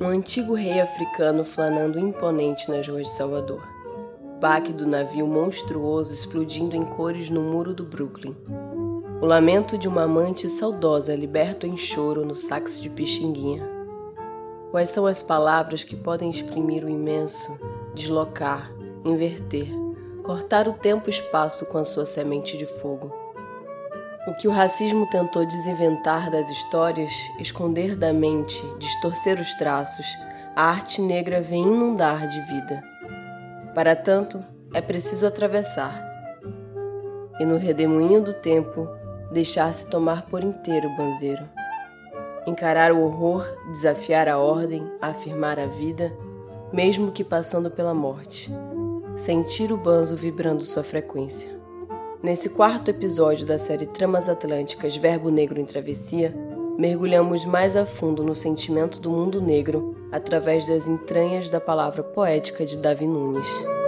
Um antigo rei africano flanando imponente nas ruas de Salvador. Baque do navio monstruoso explodindo em cores no muro do Brooklyn. O lamento de uma amante saudosa liberto em choro no sax de Pixinguinha. Quais são as palavras que podem exprimir o imenso, deslocar, inverter, cortar o tempo e espaço com a sua semente de fogo? O que o racismo tentou desinventar das histórias, esconder da mente, distorcer os traços, a arte negra vem inundar de vida. Para tanto, é preciso atravessar. E no redemoinho do tempo, deixar-se tomar por inteiro o banzeiro. Encarar o horror, desafiar a ordem, afirmar a vida, mesmo que passando pela morte. Sentir o banzo vibrando sua frequência. Nesse quarto episódio da série Tramas Atlânticas Verbo Negro em Travessia, mergulhamos mais a fundo no sentimento do mundo negro através das entranhas da palavra poética de Davi Nunes.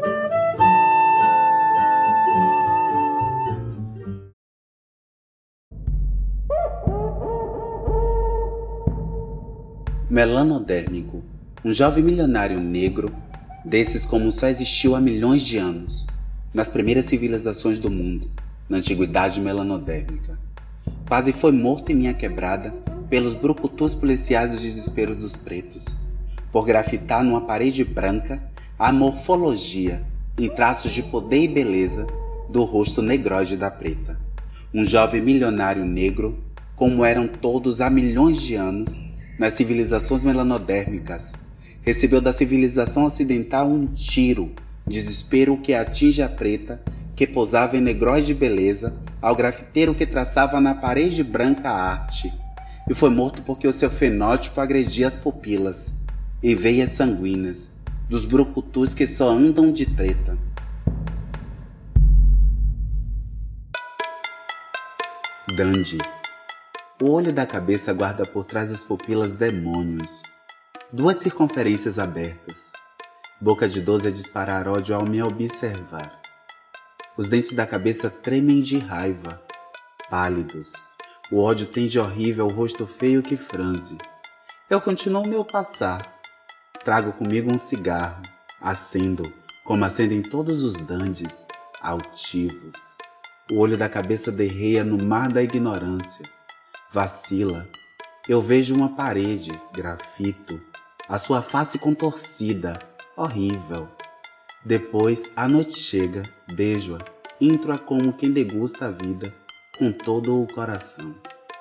Melanodérmico, um jovem milionário negro, desses como só existiu há milhões de anos, nas primeiras civilizações do mundo, na antiguidade melanodérmica. Quase foi morto em minha quebrada pelos brucutus policiais dos desesperos dos pretos, por grafitar numa parede branca a morfologia, em traços de poder e beleza, do rosto negroide da preta. Um jovem milionário negro, como eram todos há milhões de anos, nas civilizações melanodérmicas, recebeu da civilização ocidental um tiro, desespero que atinge a preta, que posava em negróis de beleza, ao grafiteiro que traçava na parede branca a arte, e foi morto porque o seu fenótipo agredia as pupilas e veias sanguíneas dos brucutus que só andam de treta. Dandy. O olho da cabeça guarda por trás das pupilas demônios, duas circunferências abertas, boca de 12 a disparar ódio ao me observar. Os dentes da cabeça tremem de raiva, pálidos. O ódio tende horrível o rosto feio que franze. Eu continuo meu passar. Trago comigo um cigarro, acendo, como acendem todos os dandies, altivos. O olho da cabeça derreia no mar da ignorância. Vacila. Eu vejo uma parede, grafito, a sua face contorcida, horrível. Depois a noite chega, beijo-a, intro-a como quem degusta a vida com todo o coração.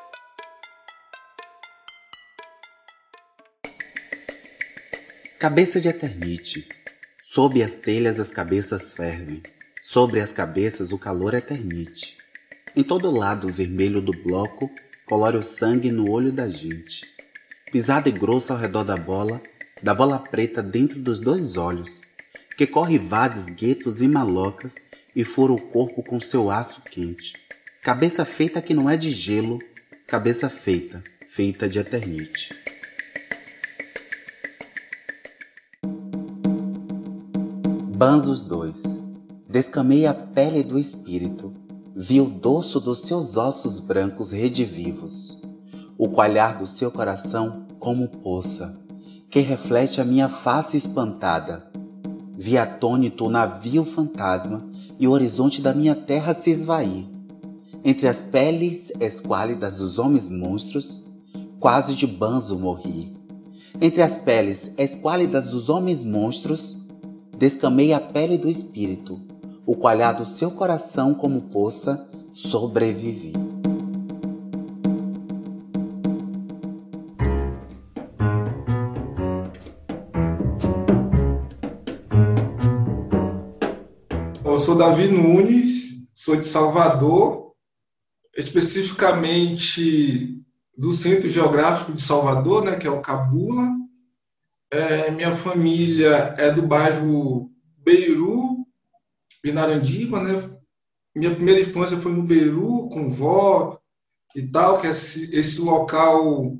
Cabeça de eternite. Sob as telhas as cabeças fervem, sobre as cabeças o calor eternite. Em todo lado o vermelho do bloco colore o sangue no olho da gente. Pisado e grosso ao redor da bola preta dentro dos dois olhos, que corre vases, guetos e malocas e fura o corpo com seu aço quente. Cabeça feita que não é de gelo, cabeça feita, feita de eternite. Banzos 2. Descamei a pele do espírito, vi o dorso dos seus ossos brancos redivivos, o coalhar do seu coração como poça, que reflete a minha face espantada. Vi atônito o navio fantasma e o horizonte da minha terra se esvair. Entre as peles esquálidas dos homens monstros, quase de banzo morri. Entre as peles esquálidas dos homens monstros, descamei a pele do espírito, o coalhar do seu coração como poça, sobrevivi. Eu sou Davi Nunes, sou de Salvador, especificamente do Centro Geográfico de Salvador, né, que é o Cabula. Minha família é do bairro Beiru, Pinarandiba, né? Minha primeira infância foi no Beiru, com vó e tal, que é esse local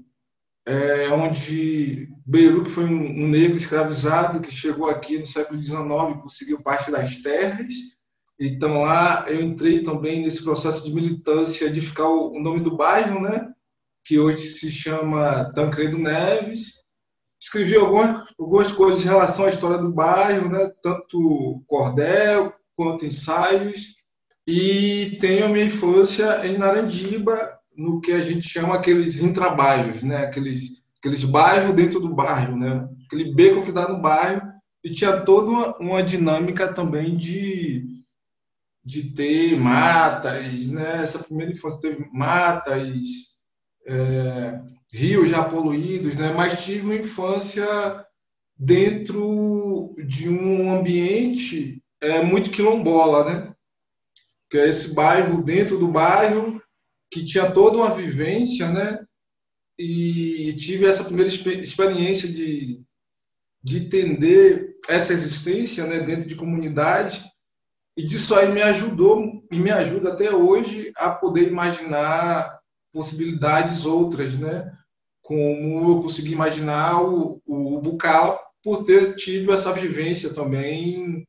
onde Beiru, que foi um negro escravizado que chegou aqui no século XIX e conseguiu parte das terras. Então lá eu entrei também nesse processo de militância de ficar o nome do bairro, né? Que hoje se chama Tancredo Neves. escrevi algumas coisas em relação à história do bairro, né? Tanto cordel quanto ensaios. E tenho a minha infância em Narandiba, no que a gente chama aqueles intrabairros, né? Aqueles bairros dentro do bairro, né? Aquele beco que dá no bairro. E tinha toda uma dinâmica também de ter matas, né? Essa primeira infância teve matas, rios já poluídos, né? Mas tive uma infância dentro de um ambiente muito quilombola, né? Que é esse bairro dentro do bairro que tinha toda uma vivência, né? E tive essa primeira experiência de entender essa existência, né? Dentro de comunidade. E disso aí me ajudou e me ajuda até hoje a poder imaginar possibilidades outras, né? Como eu consegui imaginar o Bucal por ter tido essa vivência também,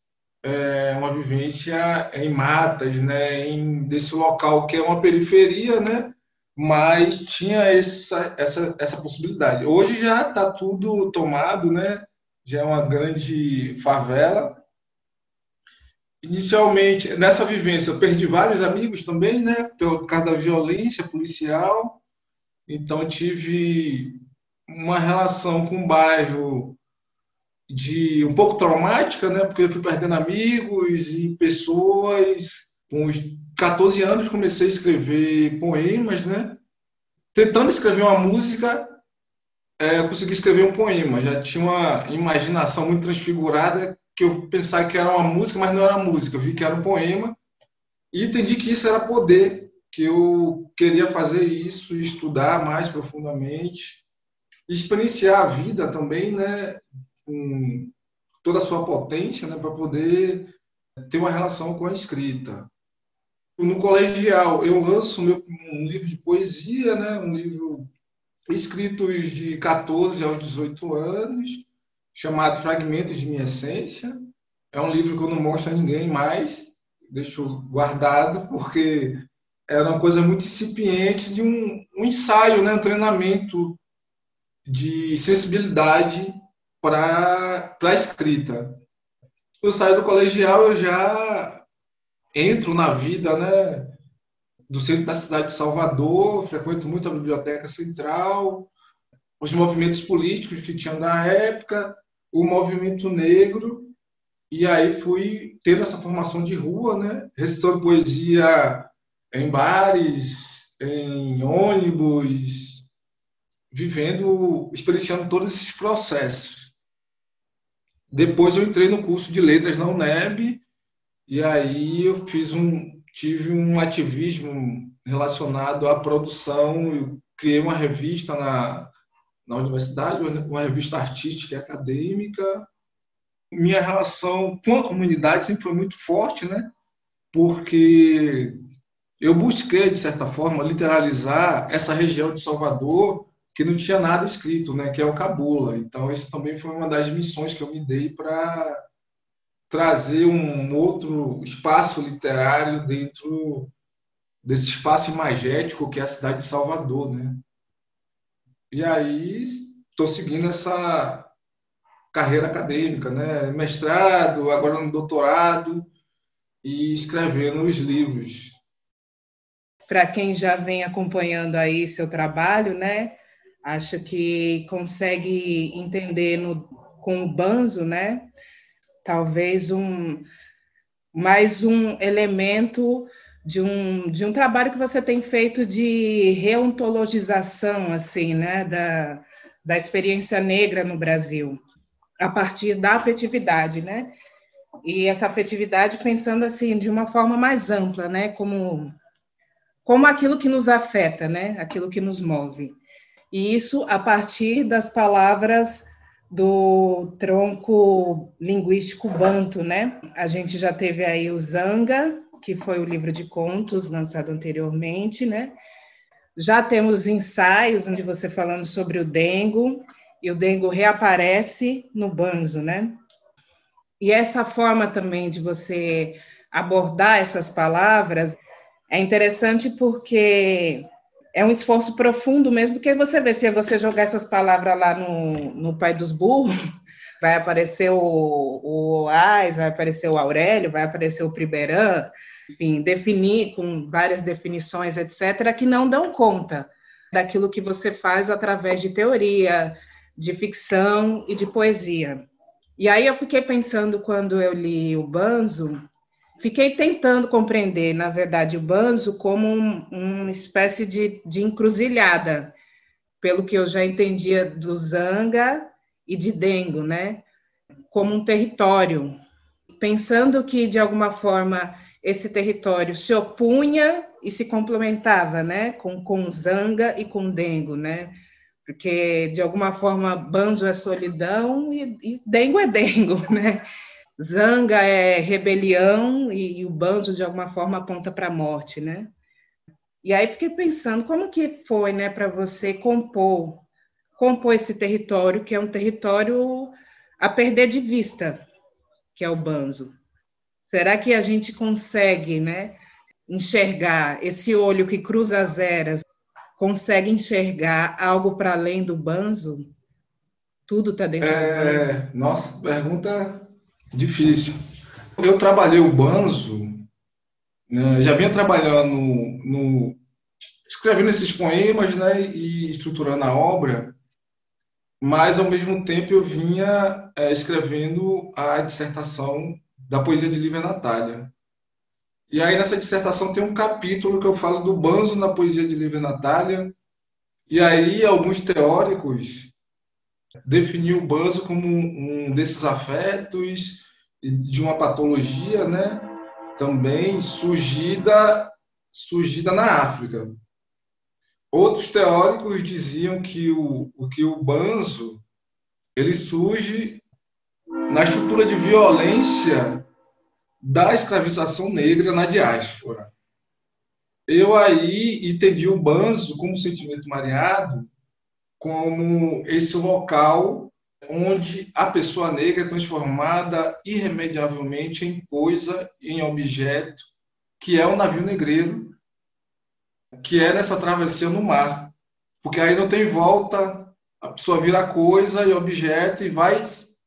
uma vivência em matas, né? Desse local que é uma periferia, né? Mas tinha essa possibilidade. Hoje já está tudo tomado, né? Já é uma grande favela. Inicialmente, nessa vivência, eu perdi vários amigos também, né? Por causa da violência policial. Então, tive uma relação com o bairro um pouco traumática, né? Porque eu fui perdendo amigos e pessoas. Com os 14 anos, comecei a escrever poemas, né? Tentando escrever uma música, eu consegui escrever um poema. Já tinha uma imaginação muito transfigurada, que eu pensava que era uma música, mas não era música. Eu vi que era um poema e entendi que isso era poder, que eu queria fazer isso, estudar mais profundamente, experienciar a vida também, né, com toda a sua potência, né, para poder ter uma relação com a escrita. No colegial, eu lanço um livro de poesia, né, um livro escrito de 14 aos 18 anos, chamado Fragmentos de Minha Essência. É um livro que eu não mostro a ninguém mais, deixo guardado, porque era uma coisa muito incipiente de um ensaio, né, um treinamento de sensibilidade para a escrita. Eu saio do colegial, eu já entro na vida, né, do centro da cidade de Salvador, frequento muito a Biblioteca Central, os movimentos políticos que tinham na época, o movimento negro, e aí fui tendo essa formação de rua, né, recitando poesia em bares, em ônibus, vivendo, experienciando todos esses processos. Depois eu entrei no curso de letras na UNEB, e aí eu tive um ativismo relacionado à produção. Eu criei uma revista na universidade, uma revista artística e acadêmica. Minha relação com a comunidade sempre foi muito forte, né? Porque eu busquei, de certa forma, literalizar essa região de Salvador que não tinha nada escrito, né? Que é o Cabula. Então, isso também foi uma das missões que eu me dei para trazer um outro espaço literário dentro desse espaço imagético que é a cidade de Salvador, né? E aí estou seguindo essa carreira acadêmica, né? Mestrado, agora no doutorado e escrevendo os livros. Para quem já vem acompanhando aí seu trabalho, né? Acho que consegue entender com o Banzo, né? Talvez mais um elemento de um trabalho que você tem feito de reontologização, assim, né? Da experiência negra no Brasil, a partir da afetividade, né? E essa afetividade pensando assim de uma forma mais ampla, né? Como aquilo que nos afeta, né? Aquilo que nos move. E isso a partir das palavras do tronco linguístico banto, né? A gente já teve aí o Zanga, que foi o livro de contos lançado anteriormente, né? Já temos ensaios onde você falando sobre o Dengo, e o Dengo reaparece no Banzo, né? E essa forma também de você abordar essas palavras é interessante porque é um esforço profundo mesmo, porque você vê, se você jogar essas palavras lá no Pai dos Burros, vai aparecer o Ais, vai aparecer o Aurélio, vai aparecer o Priberan, enfim, definir com várias definições, etc., que não dão conta daquilo que você faz através de teoria, de ficção e de poesia. E aí eu fiquei pensando, quando eu li o Banzo, fiquei tentando compreender, na verdade, o Banzo como uma espécie de encruzilhada, pelo que eu já entendia do Zanga e de Dengo, né? Como um território, pensando que, de alguma forma, esse território se opunha e se complementava, né? Com Zanga e com Dengo, né? Porque, de alguma forma, Banzo é solidão e Dengo é Dengo, né? Zanga é rebelião e o Banzo, de alguma forma, aponta para a morte, né? E aí fiquei pensando, como que foi, né, para você compor esse território, que é um território a perder de vista, que é o Banzo? Será que a gente consegue, né, enxergar esse olho que cruza as eras, consegue enxergar algo para além do Banzo? Tudo está dentro do Banzo? Nossa, pergunta difícil. Eu trabalhei o Banzo, né, já vinha trabalhando escrevendo esses poemas, né, e estruturando a obra, mas ao mesmo tempo eu vinha escrevendo a dissertação da poesia de Lívia Natália. E aí nessa dissertação tem um capítulo que eu falo do Banzo na poesia de Lívia Natália, e aí alguns teóricos definiu o Banzo como um desses afetos de uma patologia, né, também surgida na África. Outros teóricos diziam que o Banzo ele surge na estrutura de violência da escravização negra na diáspora. Eu aí entendi o Banzo como sentimento mareado, como esse local onde a pessoa negra é transformada irremediavelmente em coisa, em objeto, que é o navio negreiro, que é nessa travessia no mar. Porque aí não tem volta, a pessoa vira coisa e objeto e vai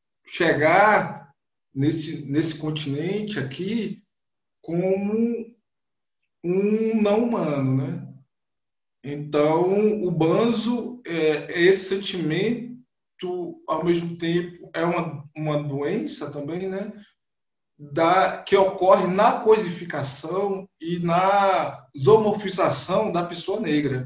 chegar nesse continente aqui como um não humano, né? Então, o Banzo é esse sentimento, ao mesmo tempo, é uma doença também, né? Que ocorre na coisificação e na zoomorfização da pessoa negra.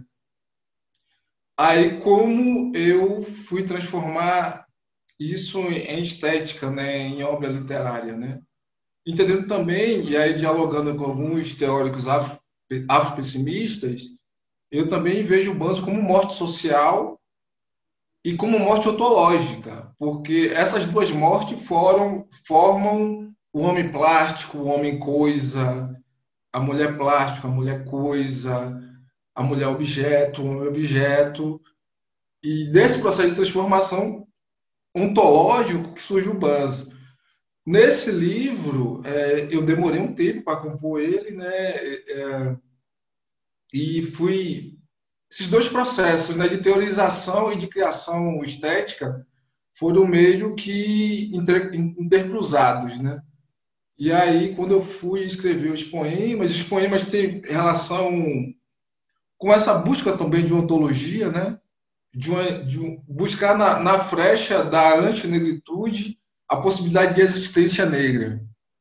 Aí, como eu fui transformar isso em estética, né? Em obra literária, né? Entendendo também, e aí dialogando com alguns teóricos afropessimistas, eu também vejo o Banzo como morte social e como morte ontológica, porque essas duas mortes formam o homem plástico, o homem coisa, a mulher plástico, a mulher coisa, a mulher objeto, o homem objeto, e desse processo de transformação ontológico que surge o Banzo. Nesse livro, eu demorei um tempo para compor ele, né? E esses dois processos, né, de teorização e de criação estética, foram meio que intercruzados, né? E aí, quando eu fui escrever os poemas têm relação com essa busca também de ontologia, né? Buscar na frecha da antinegritude a possibilidade de existência negra.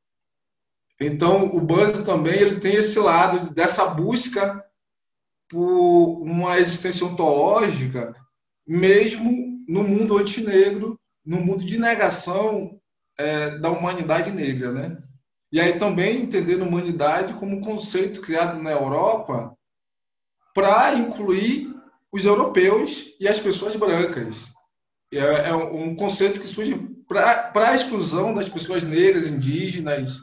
Então, o Banzo também ele tem esse lado dessa busca por uma existência ontológica, mesmo no mundo antinegro, no mundo de negação da humanidade negra, né? E aí também entender a humanidade como um conceito criado na Europa para incluir os europeus e as pessoas brancas. É um conceito que surge para a exclusão das pessoas negras, indígenas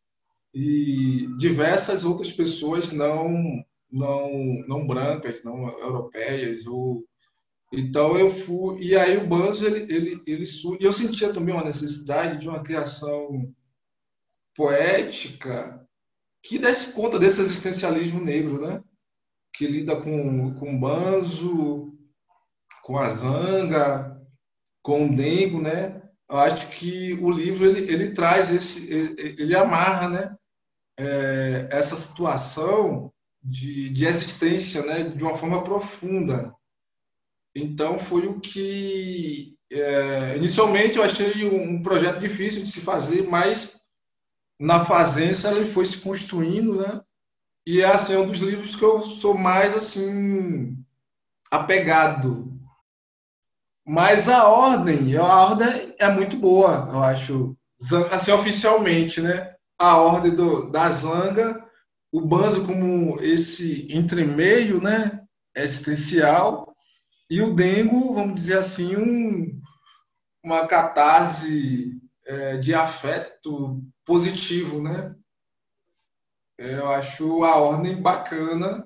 e diversas outras pessoas não brancas, não europeias. Então eu fui, e aí o Banzo ele surge. Eu sentia também uma necessidade de uma criação poética que desse conta desse existencialismo negro, né? que lida com o banzo, com a zanga, com o dengo, né? Eu acho que o livro ele traz ele amarra, né? Essa situação de existência, né? De uma forma profunda. Então foi o que inicialmente eu achei um projeto difícil de se fazer, mas na fazenda ele foi se construindo, né? E é assim, um dos livros que eu sou mais assim apegado. Mas a ordem é muito boa, eu acho. Assim, oficialmente, né? A ordem da Zanga, o Banzo como esse entremeio, né? Existencial, e o Dengo, vamos dizer assim, uma catarse de afeto positivo, né? Eu acho a ordem bacana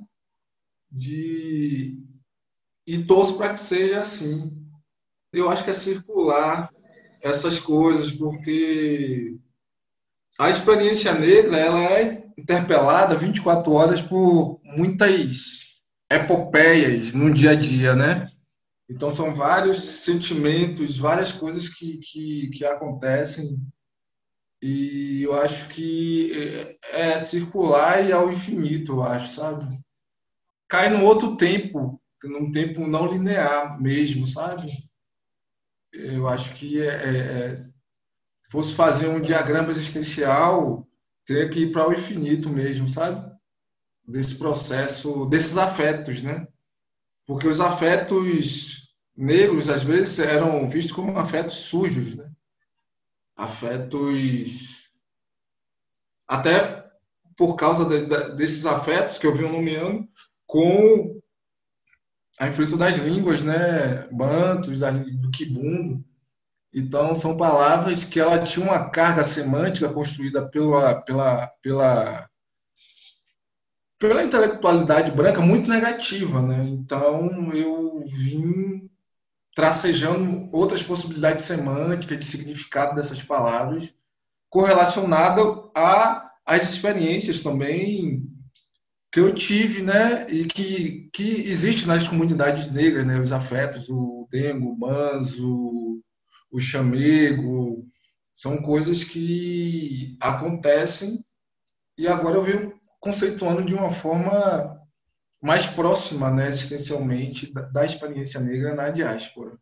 de e torço para que seja assim. Eu acho que é circular essas coisas, porque a experiência negra ela é interpelada 24 horas por muitas epopeias no dia a dia, né? Então são vários sentimentos, várias coisas que acontecem e eu acho que é circular e ao infinito, eu acho, sabe? Cai num outro tempo, num tempo não linear mesmo, sabe? Eu acho que fosse fazer um diagrama existencial, teria que ir para o infinito mesmo, sabe? Desse processo, desses afetos, né? Porque os afetos negros, às vezes, eram vistos como afetos sujos, né? Afetos. Até por causa desses afetos que eu venho nomeando, com a influência das línguas, né? Bantus, do quibundo. Então, são palavras que ela tinha uma carga semântica construída pela intelectualidade branca muito negativa, né? Então, eu vim tracejando outras possibilidades semânticas de significado dessas palavras, correlacionada às experiências também que eu tive, né? E que existe nas comunidades negras, né? Os afetos, o dengo, o banzo, o chamego, são coisas que acontecem e agora eu venho conceituando de uma forma mais próxima, né, existencialmente, da experiência negra na diáspora.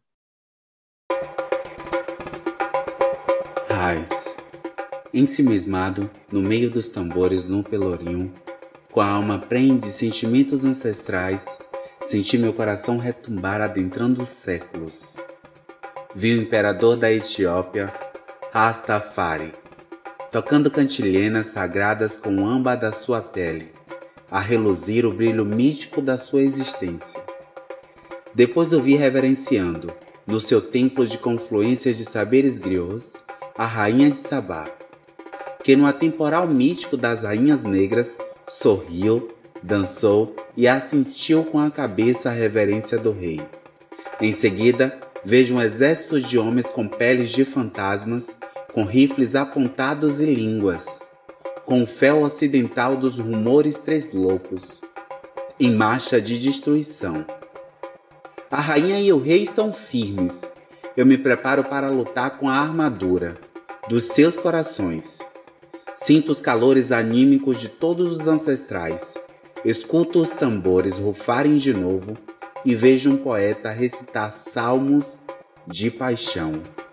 Raiz, ensimismado no meio dos tambores no Pelourinho, com a alma prenhe de sentimentos ancestrais, senti meu coração retumbar adentrando os séculos. Vi o imperador da Etiópia, Rastafari, tocando cantilhenas sagradas com o âmbar da sua pele, a reluzir o brilho mítico da sua existência. Depois o vi reverenciando, no seu templo de confluência de saberes griots, a rainha de Sabá, que no atemporal mítico das rainhas negras sorriu, dançou e assentiu com a cabeça a reverência do rei. Em seguida, vejo um exército de homens com peles de fantasmas, com rifles apontados e línguas, com o fel ocidental dos rumores três loucos, em marcha de destruição. A rainha e o rei estão firmes. Eu me preparo para lutar com a armadura dos seus corações. Sinto os calores anímicos de todos os ancestrais. Escuto os tambores rufarem de novo e vejo um poeta recitar salmos de paixão.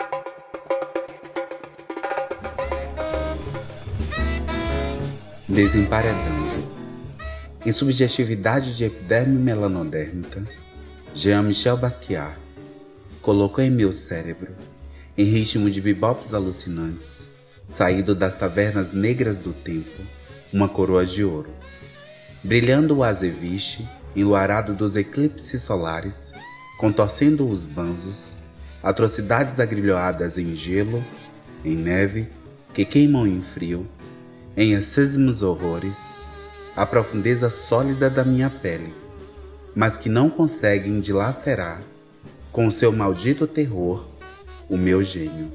Desemparedando. Em Subjetividade de Epiderme Melanodérmica, Jean-Michel Basquiat colocou em meu cérebro, em ritmo de bebops alucinantes, saído das tavernas negras do tempo, uma coroa de ouro. Brilhando o azeviche, enluarado dos eclipses solares, contorcendo os banzos, atrocidades agrilhoadas em gelo, em neve, que queimam em frio, em excêsimos horrores, a profundeza sólida da minha pele, mas que não conseguem dilacerar, com o seu maldito terror, o meu gênio.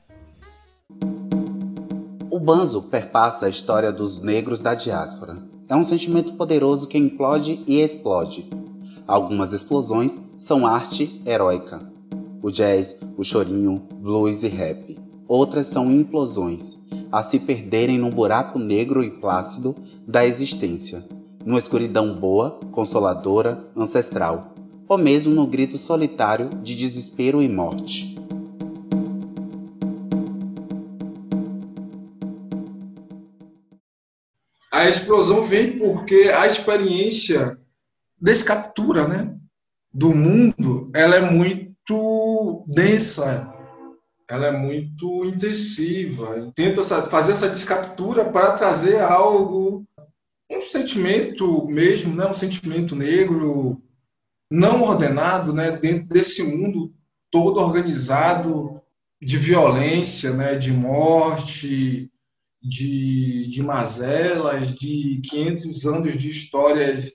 O banzo perpassa a história dos negros da diáspora. é um sentimento poderoso que implode e explode. Algumas explosões são arte heróica. O jazz, o chorinho, blues e rap. Outras são implosões, a se perderem num buraco negro e plácido da existência, numa escuridão boa, consoladora, ancestral, ou mesmo no grito solitário de desespero e morte. A explosão vem porque a experiência descaptura, né, do mundo, ela é muito densa, ela é muito intensiva. E tenta fazer essa descaptura para trazer algo, um sentimento mesmo, né, um sentimento negro, não ordenado, né, dentro desse mundo todo organizado de violência, né, de morte, de mazelas, de 500 anos de histórias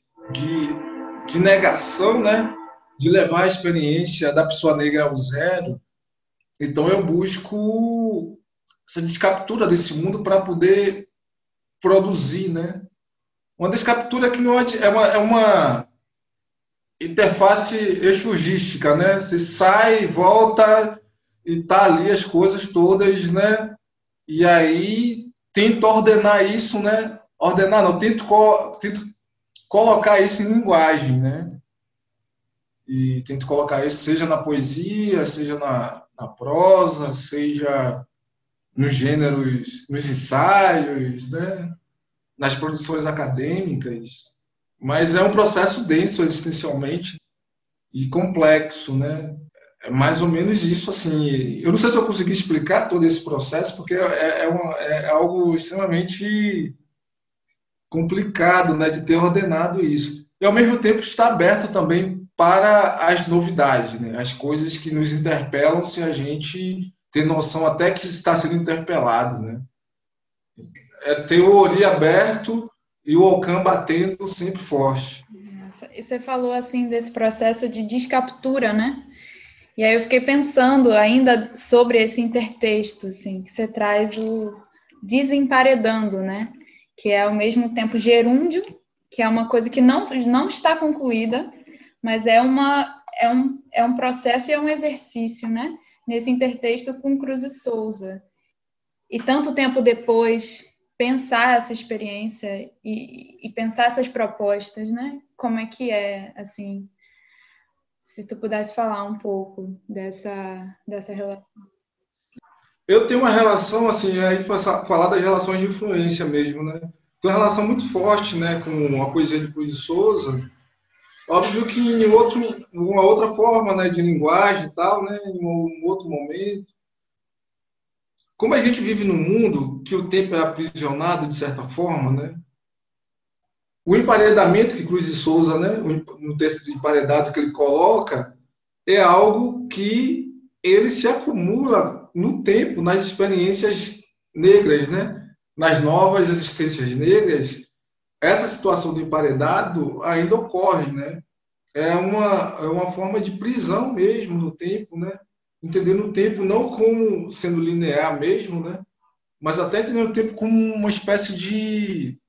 de negação, né, de levar a experiência da pessoa negra ao zero. Então eu busco essa descaptura desse mundo para poder produzir, né? Uma descaptura que não é uma interface exurgística, né? Você sai, volta e tá ali as coisas todas, né? E aí tento ordenar isso, né? Ordenar não, tento colocar isso em linguagem, né? E tento colocar isso seja na poesia, seja na prosa, seja nos gêneros, nos ensaios, né? Nas produções acadêmicas. Mas é um processo denso existencialmente e complexo, né? É mais ou menos isso, assim. Eu não sei se eu consegui explicar todo esse processo, porque é algo extremamente complicado, né, de ter ordenado isso. E, ao mesmo tempo, está aberto também para as novidades, né? As coisas que nos interpelam se a gente tem noção até que está sendo interpelado, né? É teoria aberto e o Ockham batendo sempre forte. E você falou assim desse processo de descaptura, né? E aí eu fiquei pensando ainda sobre esse intertexto, assim, que você traz o desemparedando, né? Que é ao mesmo tempo gerúndio, que é uma coisa que não está concluída, mas é um processo e é um exercício, né? Nesse intertexto com Cruz e Souza. E tanto tempo depois, pensar essa experiência e pensar essas propostas, né? Como é que é, assim... Se tu pudesse falar um pouco dessa relação. Eu tenho uma relação, assim, aí falar das relações de influência mesmo, né? Tem uma relação muito forte, né, com a poesia de Cruz de Souza. Óbvio que em uma outra forma, né, de linguagem e tal, né, em um outro momento. Como a gente vive num mundo que o tempo é aprisionado, de certa forma, né? O emparedamento que Cruz de Souza, né, no texto de emparedado que ele coloca, é algo que ele se acumula no tempo, nas experiências negras, né? Nas novas existências negras. Essa situação do emparedado ainda ocorre, né? É uma forma de prisão mesmo no tempo, né? Entendendo o tempo não como sendo linear mesmo, né? Mas até entendendo o tempo como uma espécie de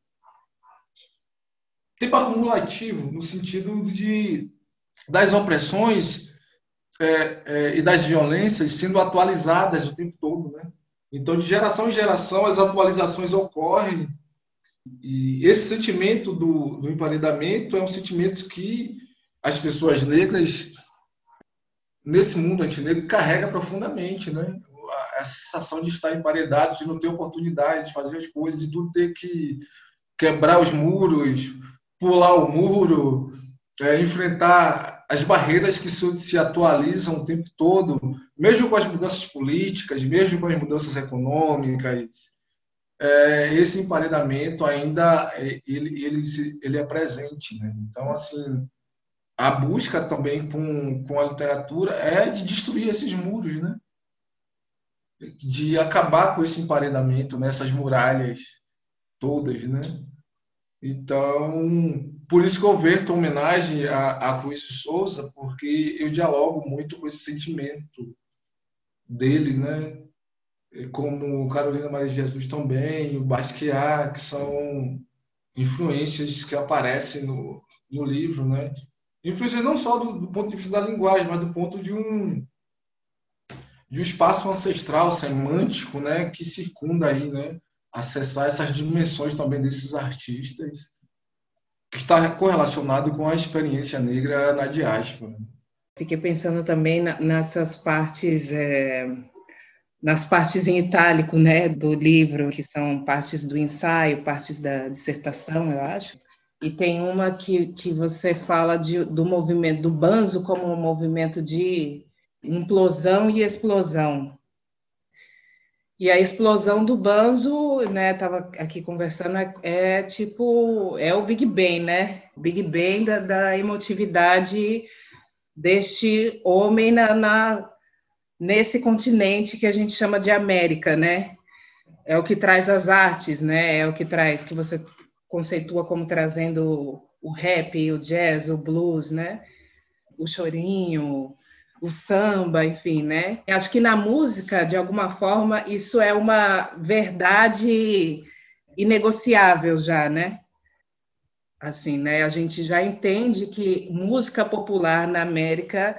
tempo acumulativo, no sentido das opressões e das violências sendo atualizadas o tempo todo, né? Então, de geração em geração, as atualizações ocorrem e esse sentimento do emparedamento é um sentimento que as pessoas negras, nesse mundo antinegro, carregam profundamente, né? A sensação de estar emparedado, de não ter oportunidade de fazer as coisas, de tudo ter que quebrar os muros, pular o muro, enfrentar as barreiras que se atualizam o tempo todo, mesmo com as mudanças políticas, mesmo com as mudanças econômicas, esse emparedamento ainda ele é presente, né? Então, assim, a busca também com a literatura é de destruir esses muros, né? De acabar com esse emparedamento, nessas muralhas todas, né? Então, por isso que eu verto homenagem a Cruz de Souza, porque eu dialogo muito com esse sentimento dele, né? Como Carolina Maria de Jesus também, o Basquiat, que são influências que aparecem no livro, né? Influências não só do ponto de vista da linguagem, mas do ponto de um espaço ancestral, semântico, né, que circunda aí, né, acessar essas dimensões também desses artistas, que está correlacionado com a experiência negra na diáspora. Fiquei pensando também nessas partes, nas partes em itálico, né, do livro, que são partes do ensaio, partes da dissertação, eu acho. E tem uma que você fala do movimento do banzo como um movimento de implosão e explosão. E a explosão do banzo, né, estava aqui conversando, é o Big Bang, né? O Big Bang da emotividade deste homem nesse continente que a gente chama de América, né? É o que traz as artes, né? É o que traz, que você conceitua como trazendo o rap, o jazz, o blues, né? O chorinho, o samba, enfim, né? Acho que na música, de alguma forma, isso é uma verdade inegociável já, né? Assim, né? A gente já entende que música popular na América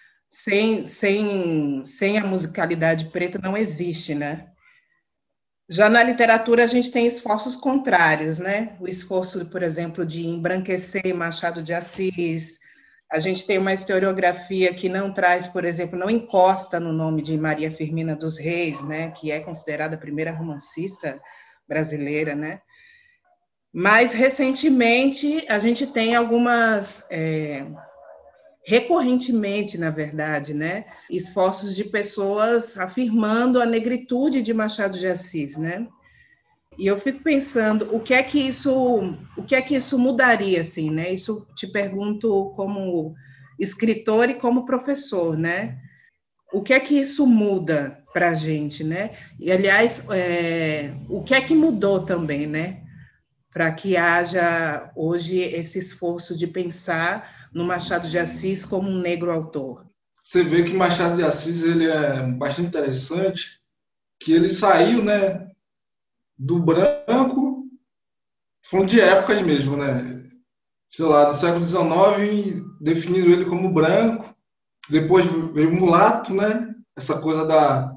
sem a musicalidade preta não existe, né? Já na literatura a gente tem esforços contrários, né? O esforço, por exemplo, de embranquecer Machado de Assis. A gente tem uma historiografia que não traz, por exemplo, não encosta no nome de Maria Firmina dos Reis, né? Que é considerada a primeira romancista brasileira, né? Mas recentemente a gente tem algumas recorrentemente, na verdade, né, esforços de pessoas afirmando a negritude de Machado de Assis, né? E eu fico pensando, o que é que isso mudaria, assim, né? Isso te pergunto como escritor e como professor, né? O que é que isso muda para a gente, né? E, aliás, o que é que mudou também, né? Para que haja hoje esse esforço de pensar no Machado de Assis como um negro autor. Você vê que Machado de Assis ele é bastante interessante, que ele saiu, né, do branco, falando de épocas mesmo, né? Sei lá, do século XIX, definindo ele como branco, depois veio mulato, né? Essa coisa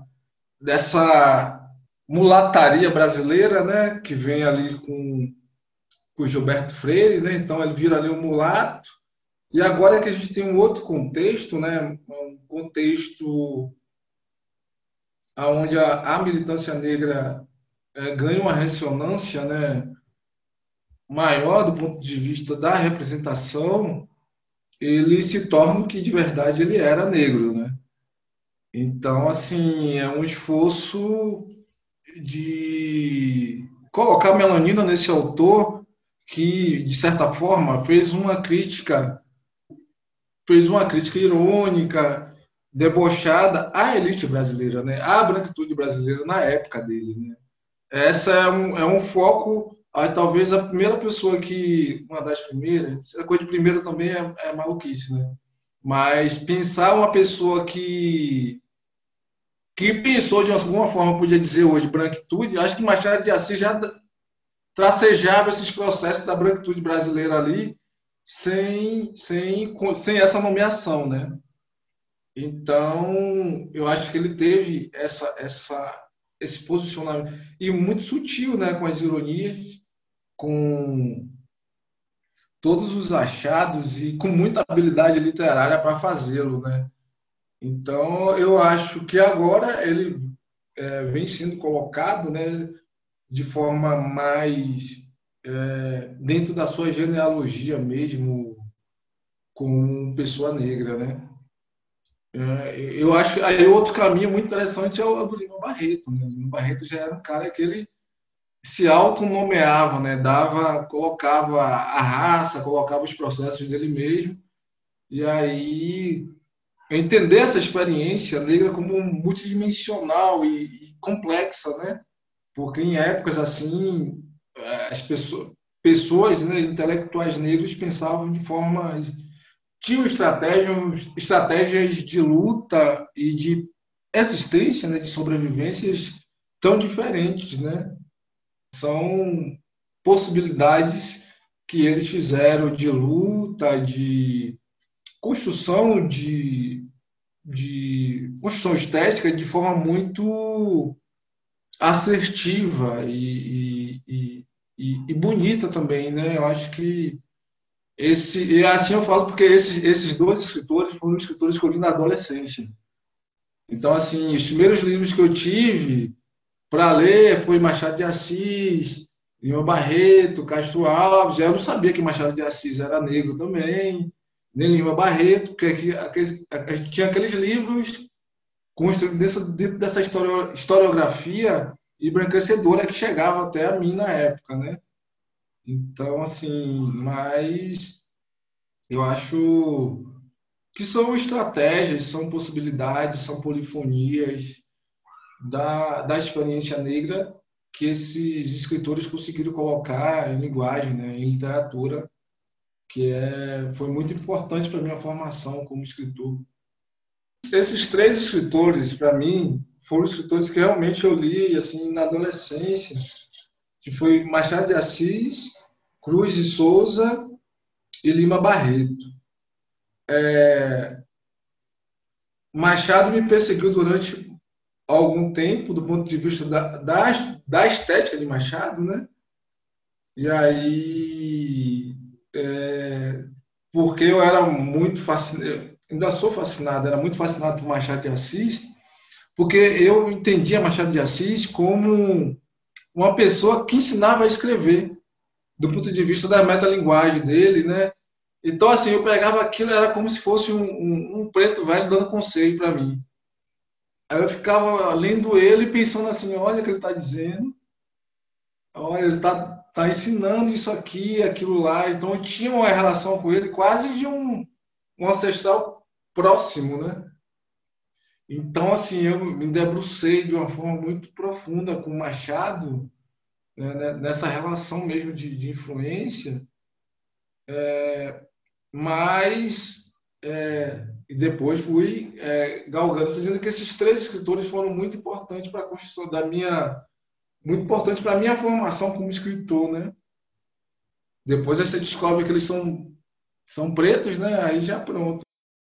dessa mulataria brasileira, né? Que vem ali com Gilberto Freire, né? Então ele vira ali um mulato. E agora é que a gente tem um outro contexto, né? Um contexto onde a militância negra ganha uma ressonância, né, maior do ponto de vista da representação, ele se torna o que de verdade ele era negro, né? Então, assim, é um esforço de colocar melanina nesse autor que, de certa forma, fez uma crítica irônica, debochada à elite brasileira, né? À branquitude brasileira na época dele, né? Essa é um foco, talvez a primeira pessoa uma das primeiras, a coisa de primeira também é maluquice, né? Mas pensar uma pessoa que pensou de alguma forma, podia dizer hoje, branquitude, acho que Machado de Assis já tracejava esses processos da branquitude brasileira ali, sem essa nomeação, né? Então, eu acho que ele teve esse posicionamento, e muito sutil, né, com as ironias, com todos os achados e com muita habilidade literária para fazê-lo, né? Então, eu acho que agora ele vem sendo colocado, né, de forma mais dentro da sua genealogia mesmo, como pessoa negra, né? Eu acho aí outro caminho muito interessante é o do Lima Barreto, né? O Lima Barreto já era um cara que ele se autonomeava, né? Colocava a raça, colocava os processos dele mesmo, e aí entender essa experiência negra como multidimensional e complexa, né? Porque em épocas assim as pessoas, né, intelectuais negros pensavam de forma, tinham estratégias de luta e de existência, né, de sobrevivências tão diferentes, né? São possibilidades que eles fizeram de luta, de construção, de construção estética de forma muito assertiva e bonita também, né? Eu acho que e assim eu falo porque esses dois escritores foram escritores que eu li na adolescência. Então, assim, os primeiros livros que eu tive para ler foi Machado de Assis, Lima Barreto, Castro Alves. Eu não sabia que Machado de Assis era negro também, nem Lima Barreto, porque a gente tinha aqueles livros construídos dentro dessa historiografia embranquecedora que chegava até a mim na época, né? Então, assim, mas eu acho que são estratégias, são possibilidades, são polifonias da experiência negra que esses escritores conseguiram colocar em linguagem, né, em literatura, que foi muito importante para a minha formação como escritor. Esses três escritores, para mim, foram escritores que realmente eu li assim, na adolescência, que foi Machado de Assis, Cruz de Souza e Lima Barreto. Machado me perseguiu durante algum tempo, do ponto de vista da estética de Machado, né? E aí, porque eu era muito fascinado, ainda sou fascinado, era muito fascinado por Machado de Assis, porque eu entendia Machado de Assis como uma pessoa que ensinava a escrever, do ponto de vista da metalinguagem dele, né? Então, assim, eu pegava aquilo, era como se fosse um preto velho dando conselho para mim. Aí eu ficava lendo ele pensando assim, olha o que ele está dizendo, olha, ele está ensinando isso aqui, aquilo lá. Então, eu tinha uma relação com ele quase de um ancestral próximo, né? Então, assim, eu me debrucei de uma forma muito profunda com o Machado, né, nessa relação mesmo de influência, mas e depois fui galgando, dizendo que esses três escritores foram muito importantes para a construção muito importante para a minha formação como escritor, né? Depois aí você descobre que eles são pretos, né? Aí já pronto.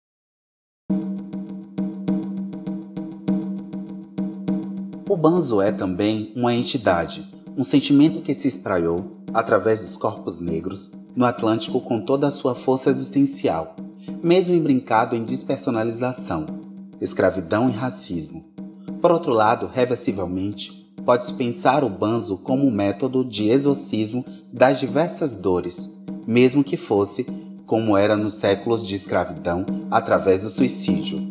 O banzo é também uma entidade, um sentimento que se espraiou, através dos corpos negros, no Atlântico com toda a sua força existencial, mesmo embrincado em despersonalização, escravidão e racismo. Por outro lado, reversivelmente, pode-se pensar o banzo como um método de exorcismo das diversas dores, mesmo que fosse, como era nos séculos de escravidão, através do suicídio.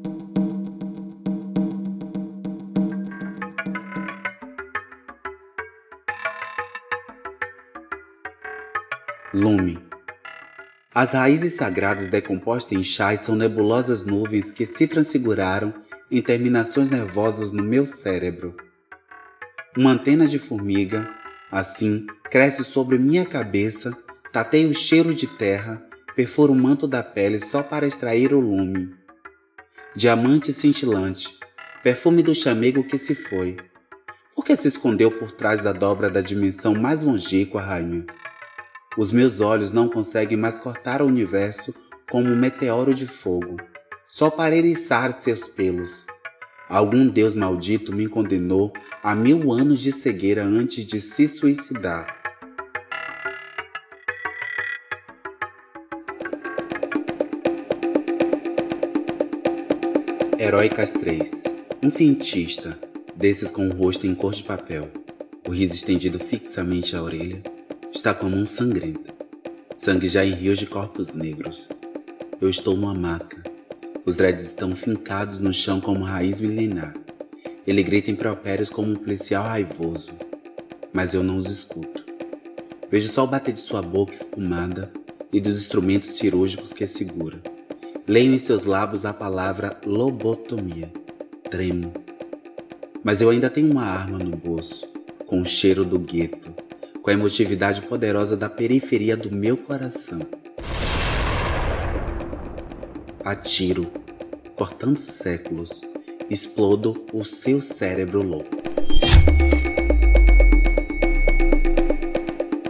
Lume. As raízes sagradas decompostas em chás são nebulosas nuvens que se transfiguraram em terminações nervosas no meu cérebro. Uma antena de formiga, assim, cresce sobre minha cabeça, tateia o cheiro de terra, perfura o manto da pele só para extrair o lume. Diamante cintilante, perfume do chamego que se foi. Por que se escondeu por trás da dobra da dimensão mais longínqua, rainha? Os meus olhos não conseguem mais cortar o universo como um meteoro de fogo, só para eriçar seus pelos. Algum deus maldito me condenou a 1000 anos de cegueira antes de se suicidar. Heróicas 3. Um cientista, desses com o rosto em cor de papel, o riso estendido fixamente à orelha, está com a mão sangrenta, sangue já em rios de corpos negros. Eu estou numa maca. Os dreads estão fincados no chão como raiz milenar. Ele grita impropérios como um policial raivoso, mas eu não os escuto. Vejo só o bater de sua boca espumada e dos instrumentos cirúrgicos que segura. Leio em seus lábios a palavra lobotomia. Tremo. Mas eu ainda tenho uma arma no bolso, com o cheiro do gueto, com a emotividade poderosa da periferia do meu coração. Atiro, cortando séculos, explodo o seu cérebro louco.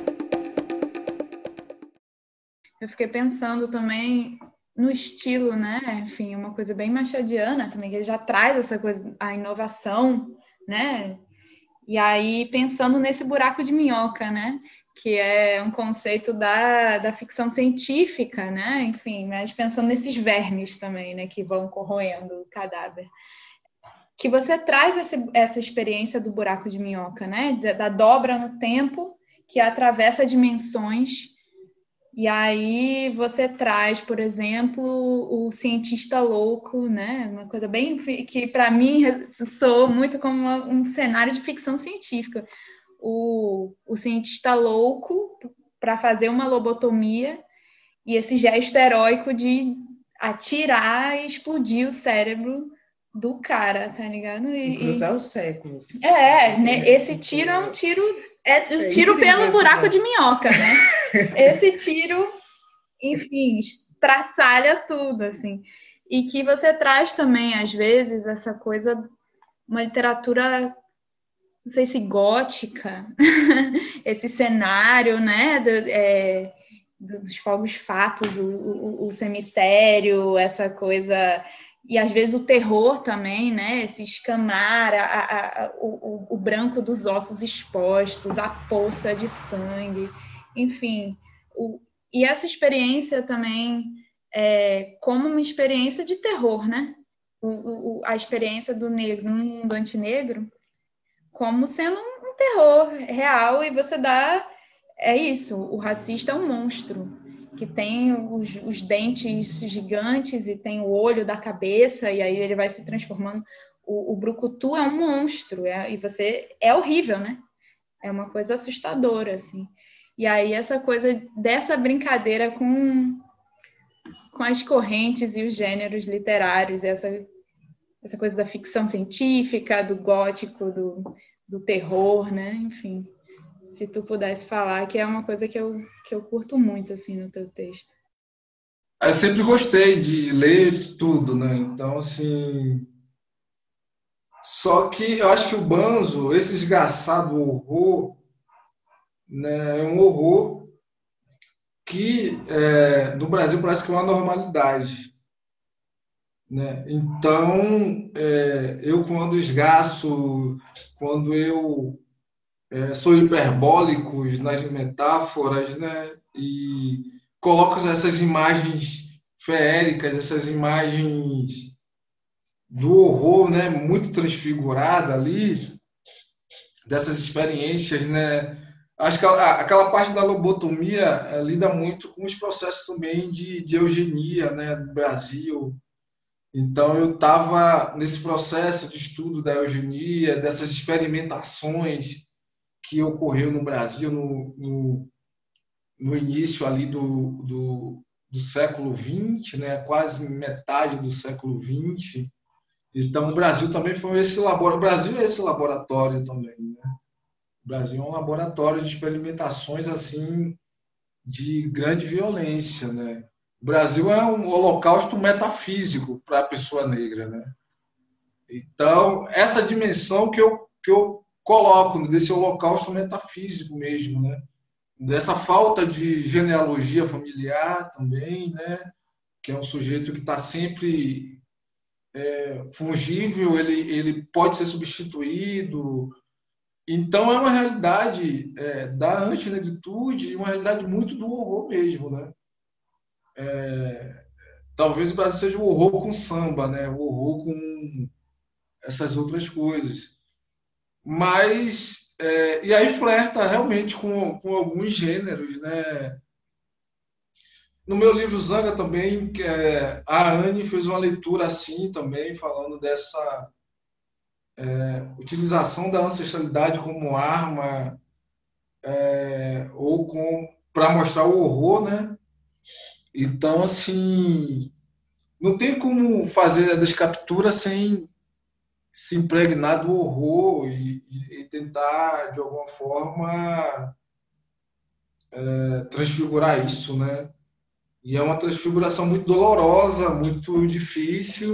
fiquei pensando também no estilo, né? Enfim, uma coisa bem machadiana também, que ele já traz essa coisa, a inovação, né? E aí, pensando nesse buraco de minhoca, né? Que é um conceito da ficção científica, né? Enfim, mas pensando nesses vermes também, né? Que vão corroendo o cadáver. Que você traz essa experiência do buraco de minhoca, né? Da dobra no tempo, que atravessa dimensões. E aí você traz, por exemplo, o cientista louco, né? Uma coisa bem que para mim soou muito como um cenário de ficção científica. O cientista louco para fazer uma lobotomia e esse gesto heróico de atirar e explodir o cérebro do cara, tá ligado? E cruzar os séculos. Né? Esse tiro é um tiro pelo buraco de minhoca, né? Esse tiro, enfim, estraçalha tudo, assim. E que você traz também, às vezes, essa coisa, uma literatura, não sei se gótica, esse cenário, né? Dos fogos fatos, o cemitério, essa coisa... E, às vezes, o terror também, né? Esse escamar, o branco dos ossos expostos, a poça de sangue, enfim. E essa experiência também como uma experiência de terror, né? A experiência do negro no mundo antinegro como sendo um terror real, e você dá... É isso, o racista é um monstro, que tem os dentes gigantes e tem o olho da cabeça, e aí ele vai se transformando. O brucutu é um monstro, e você... É horrível, né? É uma coisa assustadora, assim. E aí essa coisa dessa brincadeira com as correntes e os gêneros literários, essa coisa da ficção científica, do gótico, do terror, né? Enfim, se tu pudesse falar, que é uma coisa que eu curto muito, assim, no teu texto. Eu sempre gostei de ler tudo, né? Então, assim... Só que eu acho que o Banzo, esse desgraçado horror, né, é um horror que no Brasil parece que é uma normalidade, né? Então, eu quando esgaço, quando eu sou hiperbólico nas metáforas, né, e coloco essas imagens feéricas, essas imagens do horror, né, muito transfigurada ali, dessas experiências, né? Acho que aquela parte da lobotomia lida muito com os processos também de eugenia, né, no Brasil. Então, eu estava nesse processo de estudo da eugenia, dessas experimentações que ocorreu no Brasil no início ali do século XX, né, quase metade do século XX. Então, o Brasil também foi esse laboratório. O Brasil é esse laboratório também, né? O Brasil é um laboratório de experimentações assim de grande violência, né? O Brasil é um holocausto metafísico para a pessoa negra, né? Então, essa dimensão que eu coloco desse holocausto metafísico mesmo, né? Dessa falta de genealogia familiar também, né? Que é um sujeito que está sempre fungível, ele pode ser substituído. Então, é uma realidade da antinegritude, uma realidade muito do horror mesmo, né? Talvez o Brasil seja o horror com samba, né? O horror com essas outras coisas. Mas, e aí flerta realmente com alguns gêneros, né? No meu livro Zanga também, a Anne fez uma leitura assim também, falando dessa utilização da ancestralidade como arma ou para mostrar o horror, né? Então, assim, não tem como fazer a descaptura sem se impregnar do horror e tentar, de alguma forma, transfigurar isso, né? E é uma transfiguração muito dolorosa, muito difícil,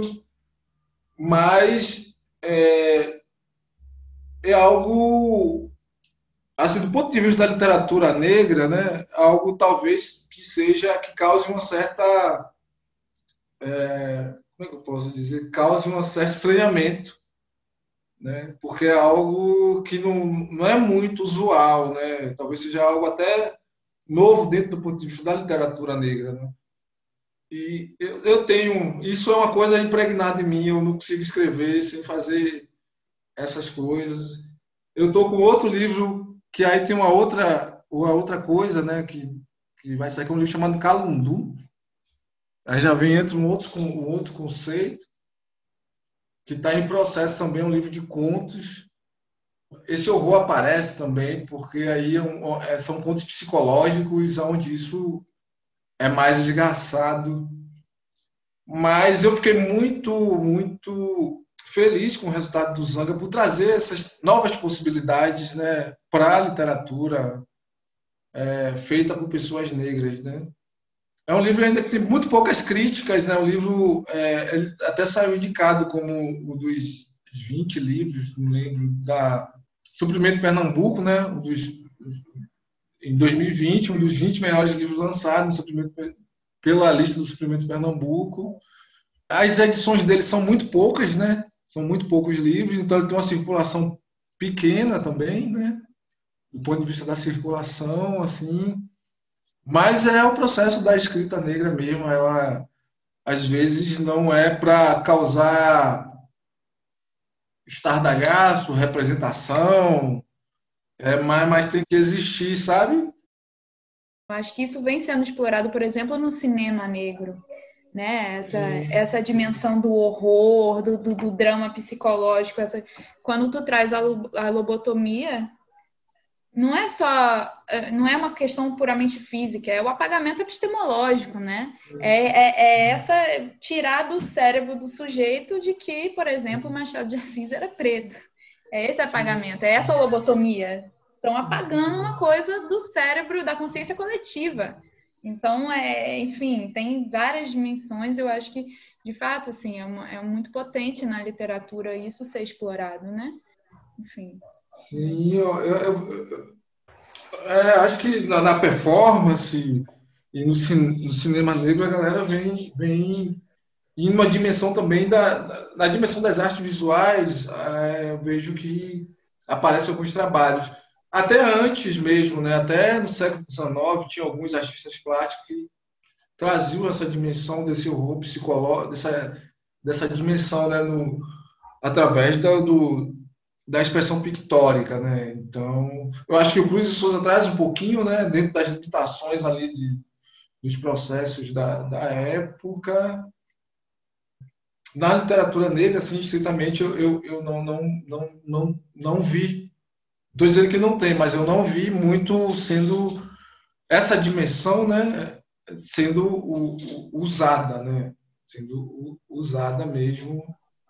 mas é algo a assim, do ponto de vista da literatura negra, né, algo talvez que cause uma certa, como é que eu posso dizer, cause um certo estranhamento, né, porque é algo que não é muito usual, né, talvez seja algo até novo dentro do ponto de vista da literatura negra, né. E eu tenho, isso é uma coisa impregnada em mim, eu não consigo escrever sem fazer essas coisas. Eu estou com outro livro que aí tem uma outra coisa, né, que vai sair, que é um livro chamado Calundu. Aí já vem entre um outro conceito, que está em processo também, um livro de contos. Esse horror aparece também, porque aí são contos psicológicos, onde isso é mais esgarçado. Mas eu fiquei muito, muito feliz com o resultado do Zanga por trazer essas novas possibilidades, né, para a literatura feita por pessoas negras, né? É um livro ainda que tem muito poucas críticas, né? O livro ele até saiu indicado como um dos 20 livros, não lembro, da Suplemento Pernambuco, né? Em 2020, um dos 20 melhores livros lançados pela lista do Suplemento Pernambuco. As edições dele são muito poucas, né? São muito poucos livros, então ele tem uma circulação pequena também, né? Do ponto de vista da circulação, assim. Mas é o processo da escrita negra mesmo. Ela, às vezes, não é para causar estardalhaço, representação, mas tem que existir, sabe? Eu acho que isso vem sendo explorado, por exemplo, no cinema negro, né? Essa dimensão do horror, do drama psicológico. Quando tu traz a lobotomia, não é uma questão puramente física, é o apagamento epistemológico, né? Essa tirar do cérebro do sujeito de que, por exemplo, Machado de Assis era preto. É esse apagamento, é essa lobotomia. Estão apagando uma coisa do cérebro, da consciência coletiva. Então, enfim, tem várias dimensões. Eu acho que, de fato, assim, é muito potente na literatura isso ser explorado, né? Enfim. Sim, eu acho que na performance e no cinema negro a galera vem em uma dimensão também na dimensão das artes visuais. Eu vejo que aparecem alguns trabalhos. Até antes mesmo, né? Até no século XIX, tinha alguns artistas plásticos que traziam essa dimensão desse horror psicológico, dessa dimensão, né? Através da expressão pictórica, né? Então, eu acho que o Cruz de Souza traz um pouquinho, né, dentro das limitações ali dos processos da época. Na literatura negra, assim, estritamente, eu não vi. Estou dizendo que não tem, mas eu não vi muito sendo essa dimensão, né, sendo usada, né? Sendo usada mesmo.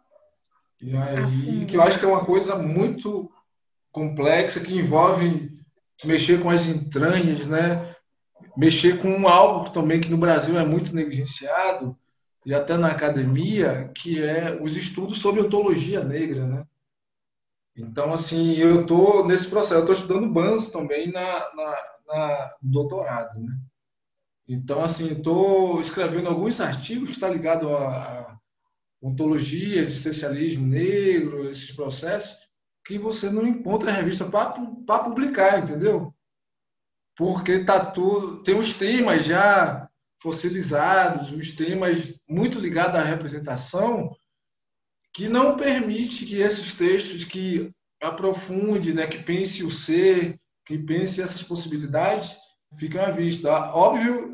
E aí, que eu acho que é uma coisa muito complexa, que envolve mexer com as entranhas, né? Mexer com algo também que no Brasil é muito negligenciado, e até na academia, que é os estudos sobre ontologia negra, né? Então, assim, eu estou nesse processo, eu estou estudando Banzo também no doutorado, né? Então, assim, estou escrevendo alguns artigos que estão ligados a ontologia, existencialismo negro, esses processos, que você não encontra em revista para publicar, entendeu? Porque tem os temas já fossilizados, os temas muito ligados à representação, que não permite que esses textos que aprofunde, né, que pense o ser, que pense essas possibilidades, fiquem à vista. Óbvio,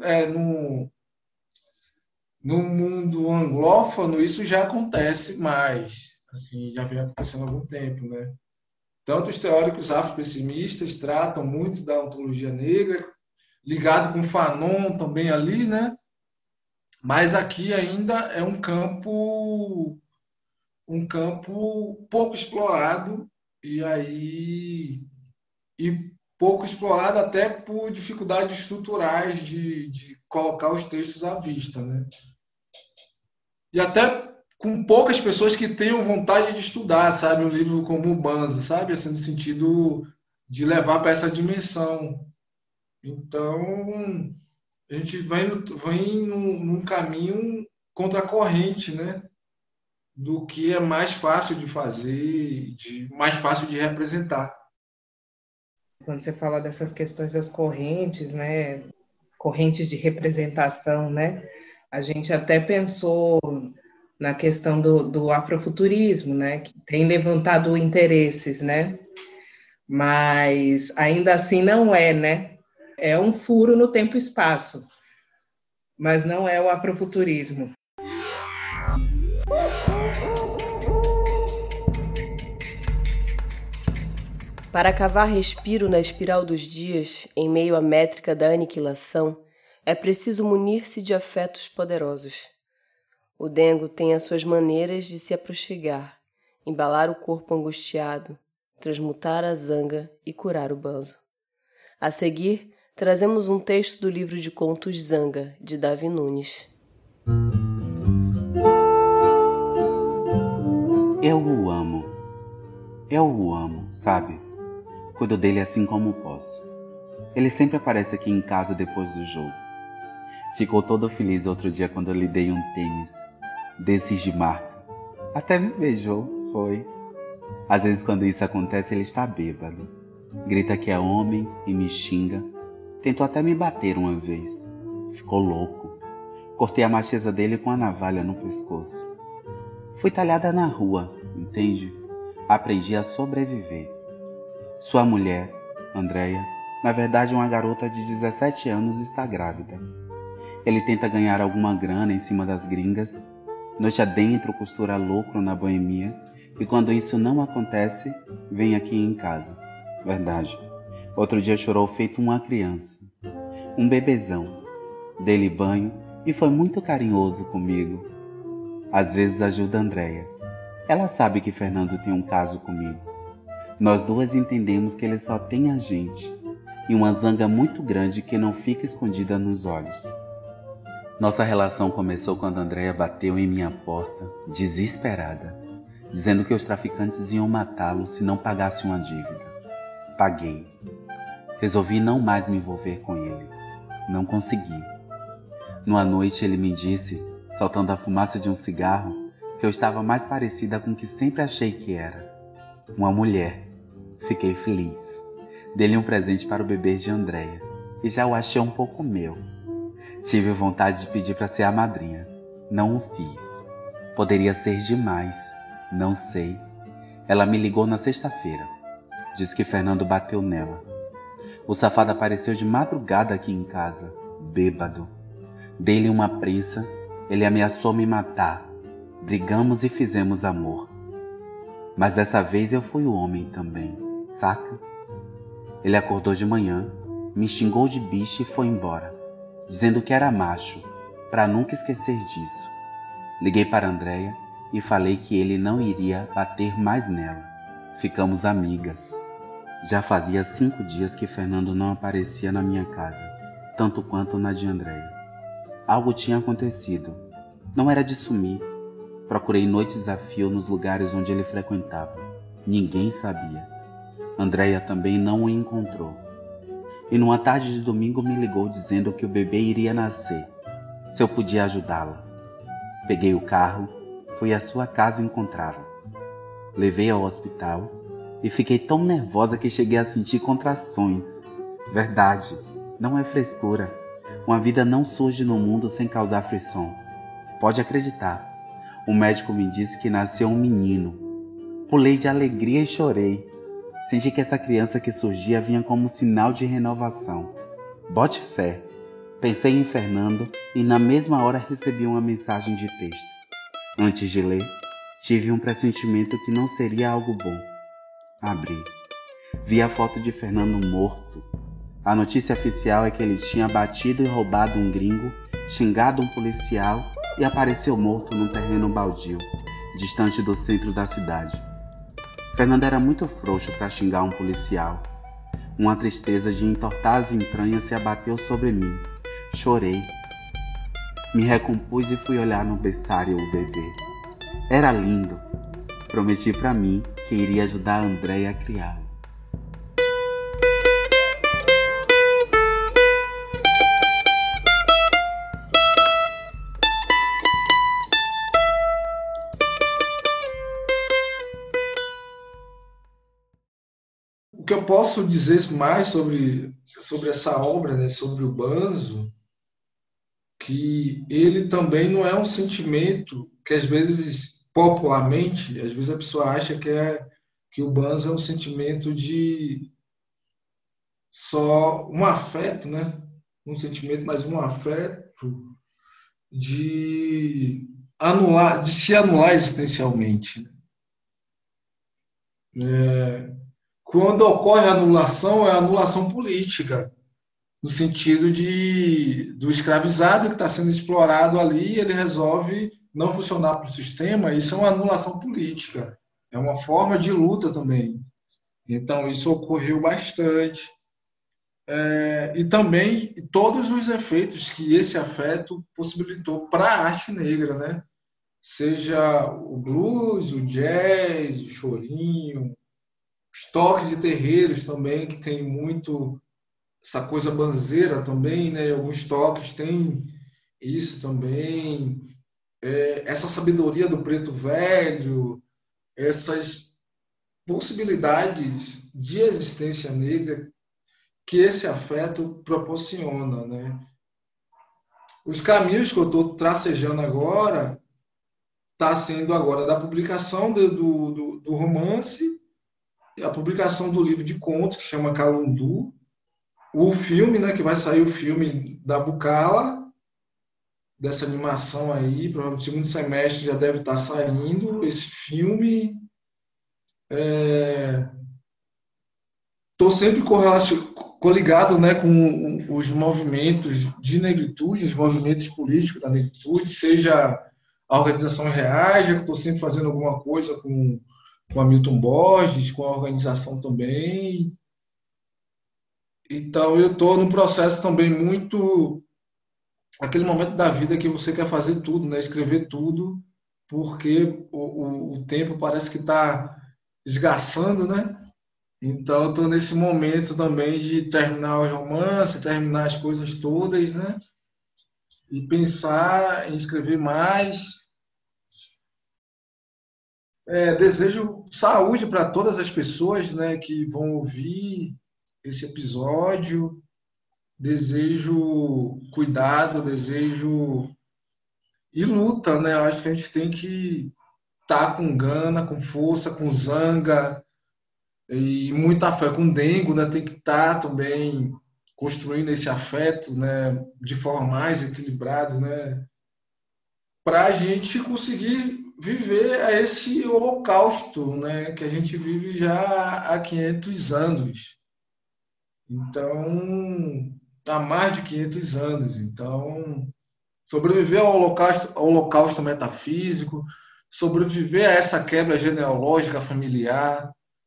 no mundo anglófono, isso já acontece mais, assim, já vem acontecendo há algum tempo, né? Tanto os teóricos afropessimistas tratam muito da ontologia negra, ligado com Fanon também ali, né? Mas aqui ainda é um campo pouco explorado e pouco explorado até por dificuldades estruturais de colocar os textos à vista, né? E até com poucas pessoas que tenham vontade de estudar, sabe? Um livro como o Banzo, sabe? Assim, no sentido de levar para essa dimensão. Então, a gente vem num caminho contracorrente, né? Do que é mais fácil de fazer, mais fácil de representar. Quando você fala dessas questões das correntes, né? Correntes de representação, né? A gente até pensou na questão do afrofuturismo, né? Que tem levantado interesses, né? Mas ainda assim não é, né? É um furo no tempo e espaço, mas não é o afrofuturismo. Para cavar respiro na espiral dos dias, em meio à métrica da aniquilação, é preciso munir-se de afetos poderosos. O dengo tem as suas maneiras de se aproxegar, embalar o corpo angustiado, transmutar a zanga e curar o banzo. A seguir, trazemos um texto do livro de contos Zanga, de Davi Nunes. Eu o amo, sabe? Cuido dele assim como posso. Ele sempre aparece aqui em casa depois do jogo. Ficou todo feliz outro dia quando eu lhe dei um tênis desses de marca. Até me beijou, foi. Às vezes quando isso acontece ele está bêbado. Grita que é homem e me xinga. Tentou até me bater uma vez. Ficou louco. Cortei a macheza dele com a navalha no pescoço. Fui talhada na rua, entende? Aprendi a sobreviver. Sua mulher, Andréia, na verdade uma garota de 17 anos, está grávida. Ele tenta ganhar alguma grana em cima das gringas, noite adentro costura lucro na boemia, e quando isso não acontece, vem aqui em casa. Verdade. Outro dia chorou feito uma criança. Um bebezão. Dei-lhe banho e foi muito carinhoso comigo. Às vezes ajuda Andréia. Ela sabe que Fernando tem um caso comigo. Nós duas entendemos que ele só tem a gente e uma zanga muito grande que não fica escondida nos olhos. Nossa relação começou quando Andréia bateu em minha porta, desesperada, dizendo que os traficantes iam matá-lo se não pagasse uma dívida. Paguei. Resolvi não mais me envolver com ele. Não consegui. Numa noite ele me disse, soltando a fumaça de um cigarro, que eu estava mais parecida com o que sempre achei que era. Uma mulher. Fiquei feliz. Dei-lhe um presente para o bebê de Andréia e já o achei um pouco meu. Tive vontade de pedir para ser a madrinha. Não o fiz. Poderia ser demais. Não sei. Ela me ligou na sexta-feira. Disse que Fernando bateu nela. O safado apareceu de madrugada aqui em casa, bêbado. Dei-lhe uma prensa. Ele ameaçou me matar. Brigamos e fizemos amor. Mas dessa vez eu fui o homem também, saca? Ele acordou de manhã, me xingou de bicho e foi embora, dizendo que era macho, para nunca esquecer disso. Liguei para Andréia e falei que ele não iria bater mais nela. Ficamos amigas. Já fazia 5 dias que Fernando não aparecia na minha casa, tanto quanto na de Andréia. Algo tinha acontecido. Não era de sumir. Procurei noites a fio nos lugares onde ele frequentava. Ninguém sabia. Andréia também não o encontrou. E numa tarde de domingo me ligou dizendo que o bebê iria nascer, se eu podia ajudá-la. Peguei o carro, fui à sua casa encontrá-la. Levei ao hospital e fiquei tão nervosa que cheguei a sentir contrações. Verdade, não é frescura. Uma vida não surge no mundo sem causar frisson. Pode acreditar. O médico me disse que nasceu um menino. Pulei de alegria e chorei. Senti que essa criança que surgia vinha como sinal de renovação. Bote fé. Pensei em Fernando e na mesma hora recebi uma mensagem de texto. Antes de ler, tive um pressentimento que não seria algo bom. Abri. Vi a foto de Fernando morto. A notícia oficial é que ele tinha batido e roubado um gringo, xingado um policial e apareceu morto num terreno baldio, distante do centro da cidade. Fernando era muito frouxo para xingar um policial. Uma tristeza de entortar as entranhas se abateu sobre mim. Chorei. Me recompus e fui olhar no berçário o bebê. Era lindo. Prometi para mim que iria ajudar a Andréia a criá-lo. o que eu posso dizer mais sobre essa obra, né, sobre o Banzo, que ele também não é um sentimento que às vezes, popularmente, às vezes a pessoa acha que o Banzo é um sentimento de só um afeto, né? Um sentimento, mas um afeto de se anular existencialmente. Quando ocorre a anulação, é a anulação política, no sentido do escravizado que está sendo explorado ali, ele resolve não funcionar para o sistema. Isso é uma anulação política, é uma forma de luta também. Então, isso ocorreu bastante. E também todos os efeitos que esse afeto possibilitou para a arte negra, né? Seja o blues, o jazz, o chorinho, os toques de terreiros também, que tem muito essa coisa banzeira também, né? Alguns toques têm isso também. Essa sabedoria do preto velho, essas possibilidades de existência negra que esse afeto proporciona, né? Os caminhos que eu estou tracejando agora está sendo agora da publicação do romance, a publicação do livro de contos que chama Calundu, o filme, né, que vai sair o filme da Bucala, dessa animação aí, provavelmente no segundo semestre já deve estar saindo esse filme. Estou sempre coligado, né, com os movimentos de negritude, os movimentos políticos da negritude, seja a organização Reage, que estou sempre fazendo alguma coisa com Hamilton Borges, com a organização também. Então, eu estou num processo também muito... aquele momento da vida que você quer fazer tudo, né? Escrever tudo, porque o tempo parece que está esgaçando, né? Então, eu estou nesse momento também de terminar os romances, terminar as coisas todas, né? E pensar em escrever mais. Desejo saúde para todas as pessoas, né, que vão ouvir esse episódio. Desejo cuidado, desejo e luta, né? Eu acho que a gente tem que estar com gana, com força, com zanga e muita fé, com dengo, né? Tem que estar também construindo esse afeto, né? De forma mais equilibrada, né? Para a gente conseguir viver esse holocausto, né? Que a gente vive já há 500 anos. Então, há mais de 500 anos. Então, sobreviver ao holocausto metafísico, sobreviver a essa quebra genealógica familiar,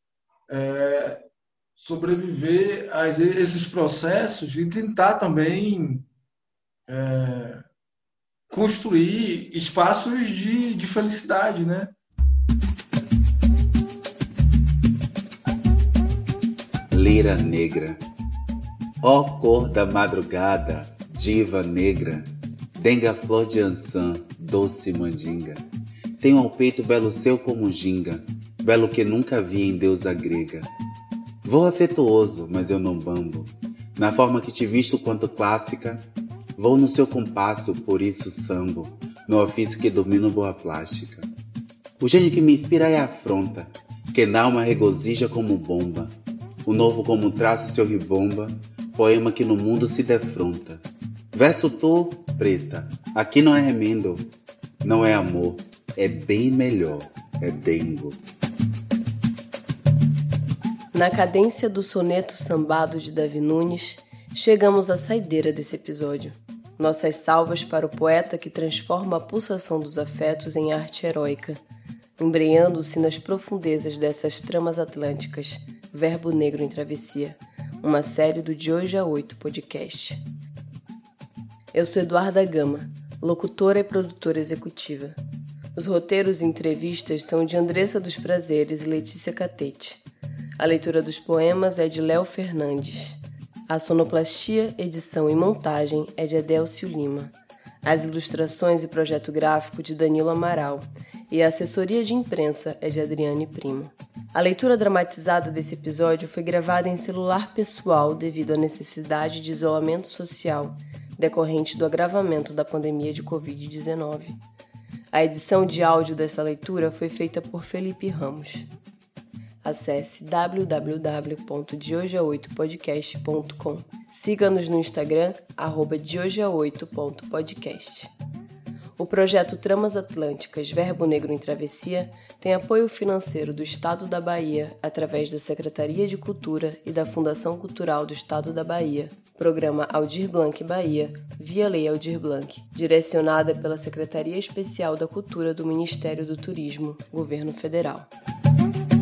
sobreviver a esses processos e tentar também construir espaços de felicidade, né? Lira negra, ó cor da madrugada, diva negra, denga flor de ançã, doce mandinga. Tenho ao peito belo seu como ginga, belo que nunca vi em deusa grega. Vou afetuoso, mas eu não bambo, na forma que te visto quanto clássica. Vou no seu compasso, por isso sambo, no ofício que domino boa plástica. O gênio que me inspira é a afronta, que na alma regozija como bomba. O novo como traço seu ribomba, poema que no mundo se defronta. Verso tu, preta, aqui não é remendo, não é amor, é bem melhor, é dengo. Na cadência do soneto sambado de Davi Nunes, chegamos à saideira desse episódio. Nossas salvas para o poeta que transforma a pulsação dos afetos em arte heróica, embreando-se nas profundezas dessas tramas atlânticas, Verbo Negro em Travessia, uma série do De Hoje a 8 podcast. Eu sou Eduarda Gama, locutora e produtora executiva. Os roteiros e entrevistas são de Andressa dos Prazeres e Letícia Catete. A leitura dos poemas é de Léo Fernandes. A sonoplastia, edição e montagem é de Adélcio Lima. As ilustrações e projeto gráfico de Danilo Amaral. E a assessoria de imprensa é de Adriane Primo. A leitura dramatizada desse episódio foi gravada em celular pessoal devido à necessidade de isolamento social decorrente do agravamento da pandemia de Covid-19. A edição de áudio dessa leitura foi feita por Felipe Ramos. Acesse www.dehoje8podcast.com. Siga-nos no Instagram, @dehoje8.podcast. O projeto Tramas Atlânticas Verbo Negro em Travessia tem apoio financeiro do Estado da Bahia através da Secretaria de Cultura e da Fundação Cultural do Estado da Bahia, Programa Aldir Blanc Bahia, via Lei Aldir Blanc, direcionada pela Secretaria Especial da Cultura do Ministério do Turismo, Governo Federal.